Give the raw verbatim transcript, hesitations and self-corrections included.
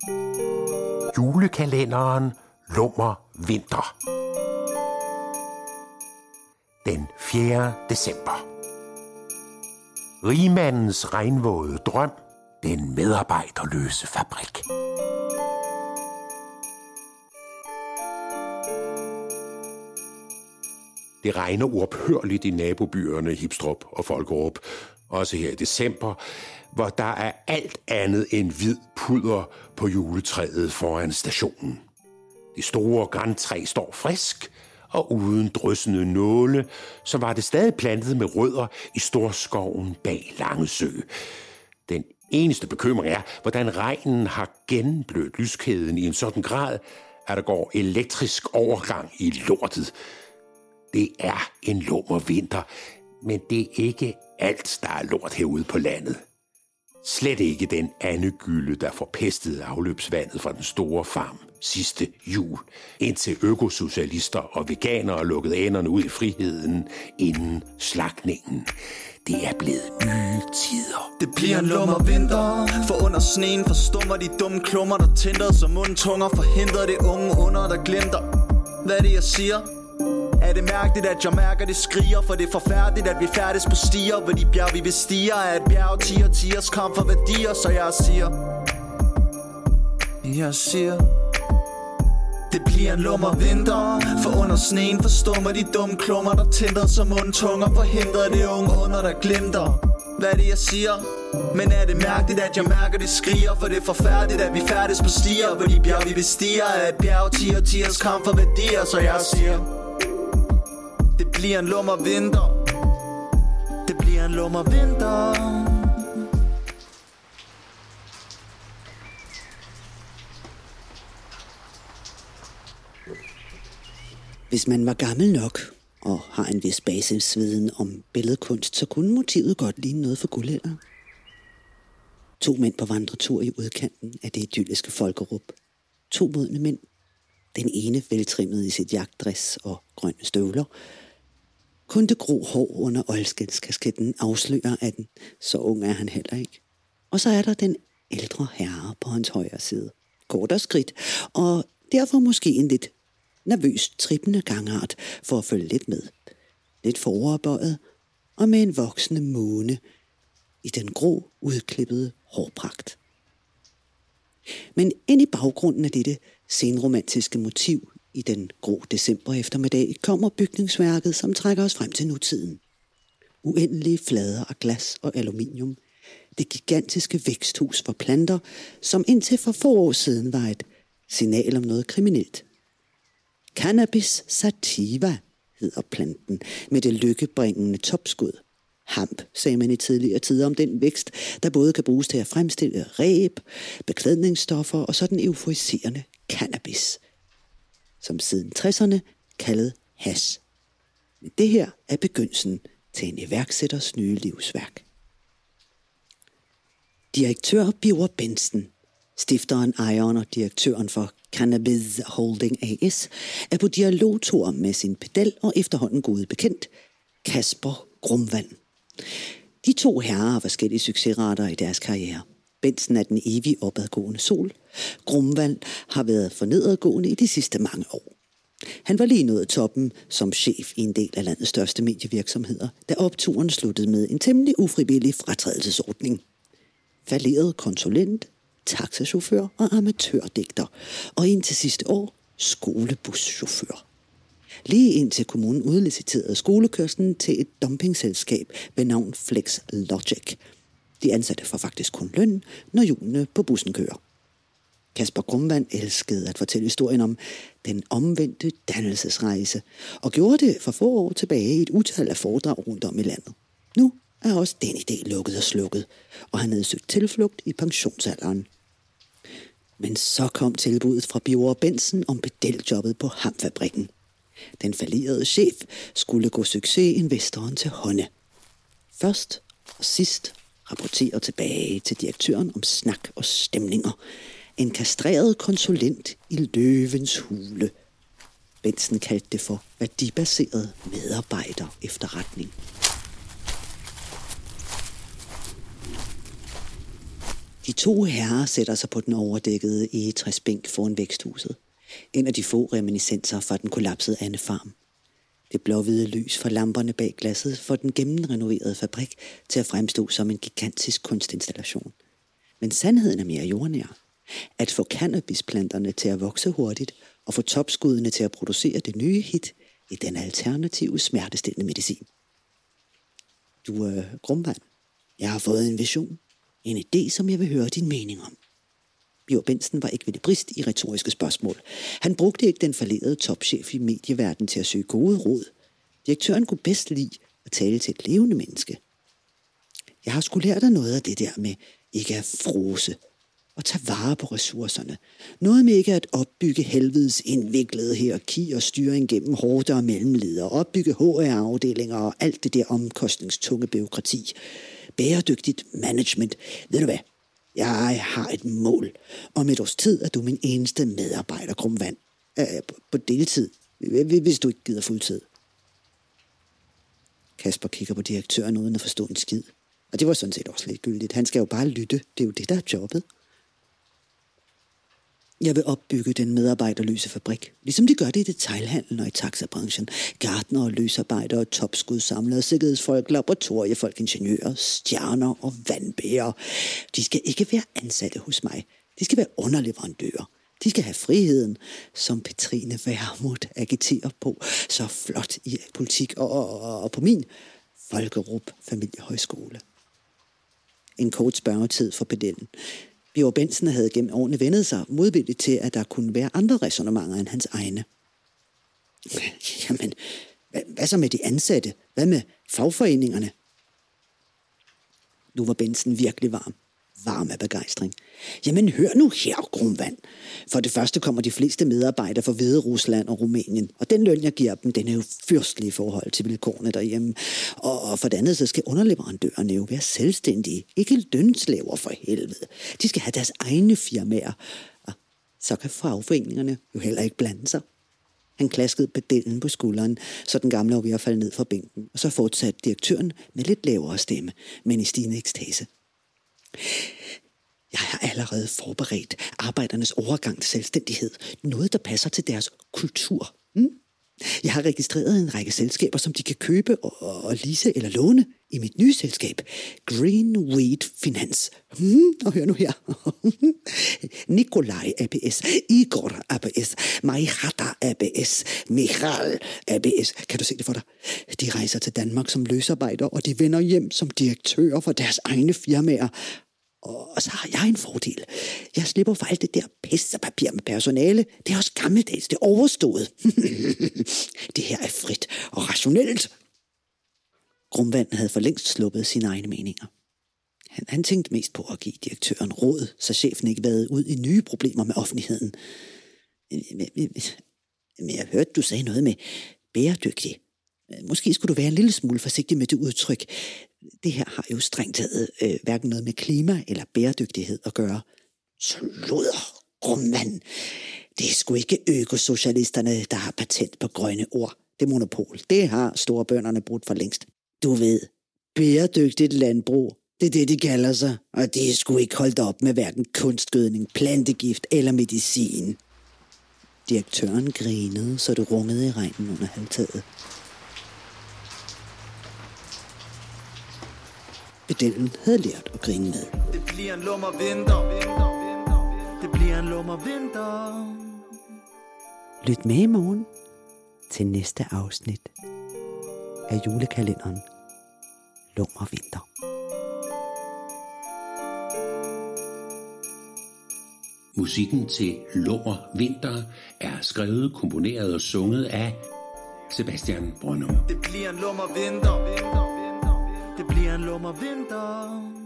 Julekalenderen Lummer Vinter. Den fjerde december. Rigmandens regnvåde drøm. Den medarbejderløse fabrik. Det regner uophørligt i nabobyerne Hipstrup og Folkerup, også her i december, hvor der er alt andet end hvid pudder på juletræet foran stationen. Det store grantræ står frisk og uden dryssende nåle, så var det stadig plantet med rødder i storskoven bag Langesø. Den eneste bekymring er, hvordan regnen har gennemblødt lyskæden i en sådan grad, at der går elektrisk overgang i lortet. Det er en lummer vinter, men det er ikke alt, der er lort herude på landet. Slet ikke den andegylde, der forpestede afløbsvandet fra den store farm sidste jul, indtil økosocialister og veganere lukkede ænderne ud i friheden inden slagtningen. Det er blevet nye tider. Det bliver en lummer vinter, for under sneen forstummer de dumme klummer, der tænder som mundtunger, forhindrer det unge under, der glemter. Hvad er det, jeg siger? Er det mærkeligt, at jeg mærker det skriger? For det er forfærdeligt, at vi færdes på stier, hvor de bjerg vi bestiger er et bjerg, tiger, tigers kamp for værdier. Så jeg siger, jeg siger, det bliver en lummer vinter, for under sneen forstummer de dumme klummer, der tænder som mundtunger, forhindrer det unge under, der glemter. Hvad er det, jeg siger? Men er det mærkeligt, at jeg mærker det skriger? For det er forfærdeligt, at vi færdes på stier, hvor de bjerg vi bestiger er et bjerg, tiger, tigers kamp for værdier. Så jeg siger, det bliver en lummer vinter. Det bliver en lummer vinter. Hvis man var gammel nok og har en vis basisviden om billedkunst, så kunne motivet godt ligne noget for guldalder. To mænd på vandretur i udkanten af det idylliske Folkerup. To modne mænd. Den ene veltrimmet i sit jagtdress og grønne støvler. Kun det grå hår under oilskinskasketten afslører, at den, så ung er han heller ikke. Og så er der den ældre herre på hans højre side. Kort og skridt, og derfor måske en lidt nervøs trippende gangart for at følge lidt med. Lidt foroverbøjet og med en voksende måne i den grå, udklippede hårpragt. Men ind i baggrunden af dette senromantiske motiv i den grå december eftermiddag kommer bygningsværket, som trækker os frem til nutiden. Uendelige flader af glas og aluminium. Det gigantiske væksthus for planter, som indtil for få år siden var et signal om noget kriminelt. Cannabis sativa hedder planten med det lykkebringende topskud. Hamp, sagde man i tidligere tider om den vækst, der både kan bruges til at fremstille ræb, beklædningsstoffer og sådan euforiserende cannabis, som siden tresserne kaldet hash. Men det her er begyndelsen til en iværksætters nye livsværk. Direktør Birger Bentzen, stifteren, ejeren og direktøren for Cannabis Holding A S, er på dialogtur med sin pedel og efterhånden gode bekendt, Kasper Grumvand. De to herrer har forskellige succesrater i deres karriere. Bentzen er den evige opadgående sol. Grumvand har været for nedadgående i de sidste mange år. Han var lige nået toppen som chef i en del af landets største medievirksomheder, da opturen sluttede med en temmelig ufrivillig fratrædelsesordning. Falleret konsulent, taxachauffør og amatørdigter, og indtil sidste år skolebuschauffør. Lige indtil kommunen udliciterede skolekørslen til et dumpingselskab ved navn Flex Logic. De ansatte får faktisk kun løn, når hjulene på bussen kører. Kasper Grumvand elskede at fortælle historien om den omvendte dannelsesrejse, og gjorde det for få år tilbage i et utal af foredrag rundt om i landet. Nu er også den idé lukket og slukket, og han havde søgt tilflugt i pensionsalderen. Men så kom tilbuddet fra Birger Bentzen om pedeljobbet på Hampfabrikken. Den fallerede chef skulle gå succesinvestoren til hånde. Først og sidst rapporterer tilbage til direktøren om snak og stemninger. En kastreret konsulent i løvens hule. Bentzen kaldte det for værdibaseret medarbejder efterretning. De to herrer sætter sig på den overdækkede egetræsbænk foran væksthuset. En af de få reminiscenser fra den kollapsede Anne Farm. Det blåhvide lys fra lamperne bag glasset får den gennemrenoverede fabrik til at fremstå som en gigantisk kunstinstallation. Men sandheden er mere jordnær. At få cannabisplanterne til at vokse hurtigt og få topskuddene til at producere det nye hit i den alternative smertestillende medicin. Du er øh, Grumvand. Jeg har fået en vision. En idé, som jeg vil høre din mening om. Birger Bendtsen var ekvilibrist i retoriske spørgsmål. Han brugte ikke den fallerede topchef i medieverdenen til at søge gode råd. Direktøren kunne bedst lide at tale til et levende menneske. Jeg har sgu lært dig noget af det der med ikke at frose og tage vare på ressourcerne. Noget med ikke at opbygge helvedes indviklede hierarki og styring gennem hårde og mellemledere, opbygge H R-afdelinger og alt det der omkostningstunge bureaukrati. Bæredygtigt management. Ved du hvad? Jeg har et mål. Om et års tid er du min eneste medarbejder, Grumvand. Øh, på deltid, hvis du ikke gider fuldtid. Kasper kigger på direktøren uden at forstå en skid. Og det var sådan set også lidt gyldigt. Han skal jo bare lytte. Det er jo det, der er jobbet. Jeg vil opbygge den medarbejderløse fabrik, ligesom de gør det i detailhandlen og i taxabranchen. Gartnere, løsarbejdere, topskudsamlere, sikkerhedsfolk, laboratoriefolk, ingeniører, stjerner og vandbærere. De skal ikke være ansatte hos mig. De skal være underleverandører. De skal have friheden, som Petrine Vermut agiterer på så flot i politik og, og, og på min Folkerup Familiehøjskole. En kort spørgetid for pedellen. Birger Bendtsen havde gennem årene vendet sig modvilligt til, at der kunne være andre ræsonnementer end hans egne. Jamen, hvad, hvad så med de ansatte? Hvad med fagforeningerne? Nu var Bendtsen virkelig varm. Varm af begejstring. Jamen hør nu her, Grumvand. For det første kommer de fleste medarbejdere fra Hvide Rusland og Rumænien, og den løn, jeg giver dem, den er jo fyrstelig i forhold til vilkårene derhjemme. Og for det andet, så skal underleverandørerne jo være selvstændige, ikke lønslaver for helvede. De skal have deres egne firmaer, og så kan fagforeningerne jo heller ikke blande sig. Han klaskede pedellen på skulderen, så den gamle var ved at falde ned fra bænken, og så fortsatte direktøren med lidt lavere stemme, men i stigende ekstase. Jeg har allerede forberedt arbejdernes overgang til selvstændighed. Noget, der passer til deres kultur. Mm? Jeg har registreret en række selskaber, som de kan købe og, og lease eller låne i mit nye selskab. Greenweed Finans. Mm, og hør nu her. Nikolaj A P S, Igor A P S, Majhata A P S, Michal A P S. Kan du se det for dig? De rejser til Danmark som løsarbejdere, og de vender hjem som direktører for deres egne firmaer. Og så har jeg en fordel. Jeg slipper for alt det der pissepapir med personale. Det er også gammeldags, det er overstået. Det her er frit og rationelt. Grumvand havde for længst sluppet sine egne meninger. Han, han tænkte mest på at give direktøren råd, så chefen ikke vadede ud i nye problemer med offentligheden. Men jeg hørte, du sagde noget med bæredygtig. Måske skulle du være en lille smule forsigtig med det udtryk. Det her har jo strengt taget øh, hverken noget med klima eller bæredygtighed at gøre. Sludder, Grumvand. Det er sgu ikke økosocialisterne, der har patent på grønne ord. Det monopol, det har storebønderne brugt for længst. Du ved, bæredygtigt landbrug, det er det, de kalder sig. Og det er sgu ikke holdt op med hverken kunstgødning, plantegift eller medicin. Direktøren grinede, så det rungede i regnen under halvtaget. Pedellen havde lært at grine med. Det bliver en lummer vinter. Det bliver en lummer vinter. Lyt med i morgen til næste afsnit af julekalenderen Lummer Vinter. Musikken til Lummer Vinter er skrevet, komponeret og sunget af Sebastian Brøndum. Det bliver en lummer vinter. Det bliver en lummer vinter.